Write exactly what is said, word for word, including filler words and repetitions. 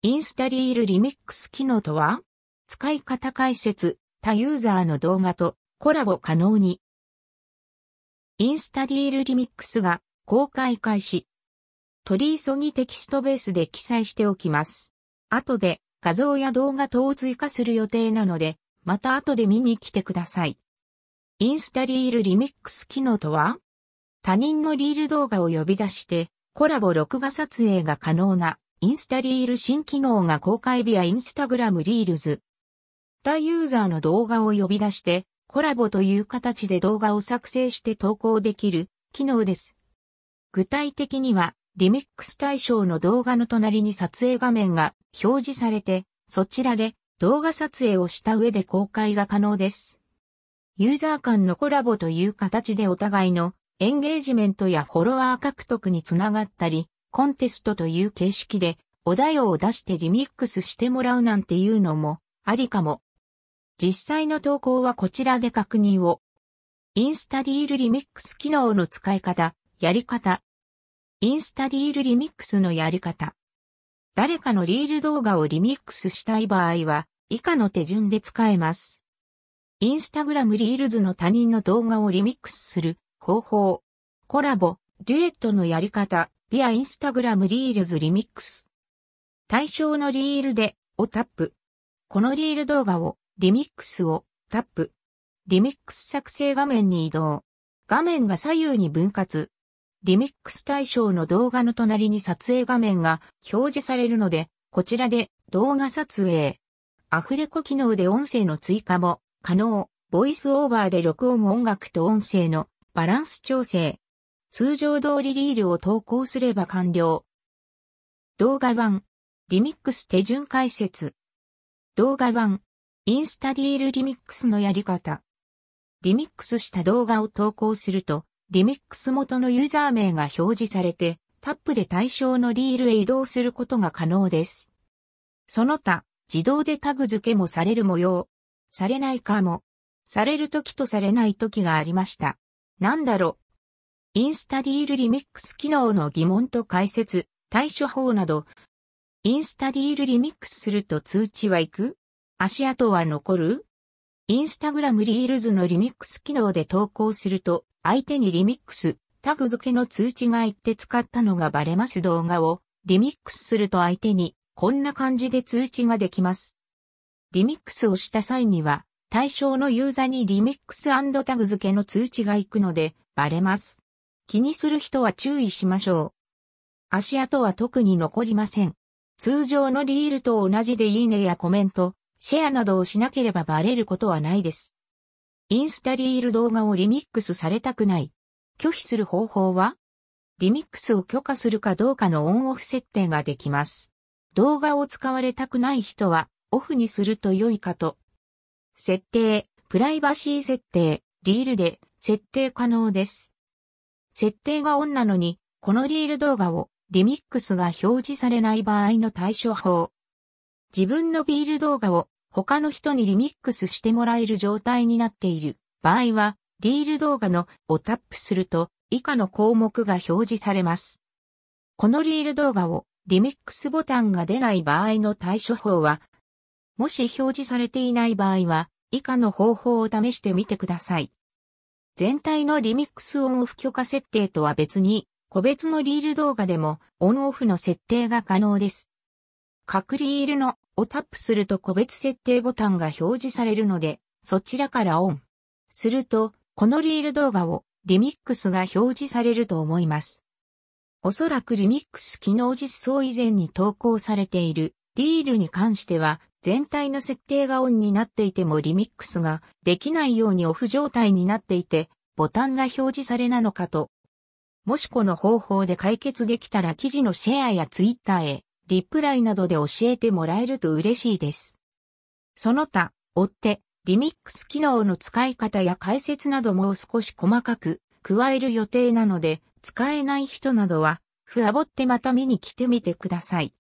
インスタリールリミックス機能とは？使い方解説、他ユーザーの動画とコラボ可能に。インスタリールリミックスが公開開始。取り急ぎテキストベースで記載しておきます。後で画像や動画等を追加する予定なので、また後で見に来てください。インスタリールリミックス機能とは？他人のリール動画を呼び出してコラボ録画撮影が可能なインスタリール新機能が公開viaインスタグラムリールズ。他ユーザーの動画を呼び出してコラボという形で動画を作成して投稿できる機能です。具体的にはリミックス対象の動画の隣に撮影画面が表示されてそちらで動画撮影をした上で公開が可能です。ユーザー間のコラボという形でお互いのエンゲージメントやフォロワー獲得につながったり、コンテストという形式でお題を出してリミックスしてもらうなんていうのもありかも。実際の投稿はこちらで確認を。インスタリールリミックス機能の使い方、やり方。インスタリールリミックスのやり方。誰かのリール動画をリミックスしたい場合は以下の手順で使えます。インスタグラムリールズの他人の動画をリミックスする方法。コラボ、デュエットのやり方。via インスタグラムリールズリミックス。対象のリールでをタップ。このリール動画をリミックスをタップ。リミックス作成画面に移動。画面が左右に分割。リミックス対象の動画の隣に撮影画面が表示されるので、こちらで動画撮影。アフレコ機能で音声の追加も可能。ボイスオーバーで録音音楽と音声のバランス調整。通常通りリールを投稿すれば完了。動画版。リミックス手順解説。動画版。インスタリールリミックスのやり方。リミックスした動画を投稿すると、リミックス元のユーザー名が表示されて、タップで対象のリールへ移動することが可能です。その他、自動でタグ付けもされる模様。されないかも。されるときとされないときがありました。なんだろう。インスタリールリミックス機能の疑問と解説、対処法など。インスタリールリミックスすると通知は行く？足跡は残る？インスタグラムリールズのリミックス機能で投稿すると、相手にリミックス、タグ付けの通知が行って使ったのがバレます。動画をリミックスすると相手にこんな感じで通知ができます。リミックスをした際には、対象のユーザーにリミックス&タグ付けの通知が行くので、バレます。気にする人は注意しましょう。足跡は特に残りません。通常のリールと同じでいいねやコメント、シェアなどをしなければバレることはないです。インスタリール動画をリミックスされたくない。拒否する方法は？リミックスを許可するかどうかのオンオフ設定ができます。動画を使われたくない人はオフにすると良いかと。設定、プライバシー設定、リールで設定可能です。設定がオンなのに、このリール動画をリミックスが表示されない場合の対処法。自分のリール動画を他の人にリミックスしてもらえる状態になっている場合は、リール動画のをタップすると以下の項目が表示されます。このリール動画をリミックスボタンが出ない場合の対処法は、もし表示されていない場合は、以下の方法を試してみてください。全体のリミックスオンオフ許可設定とは別に、個別のリール動画でもオンオフの設定が可能です。各リールのをタップすると個別設定ボタンが表示されるので、そちらからオン。すると、このリール動画をリミックスが表示されると思います。おそらくリミックス機能実装以前に投稿されているリールに関しては、全体の設定がオンになっていてもリミックスができないようにオフ状態になっていて、ボタンが表示されなのかと。もしこの方法で解決できたら記事のシェアやツイッターへ、リプライなどで教えてもらえると嬉しいです。その他、追って、リミックス機能の使い方や解説などもう少し細かく加える予定なので、使えない人などは、ふわぼってまた見に来てみてください。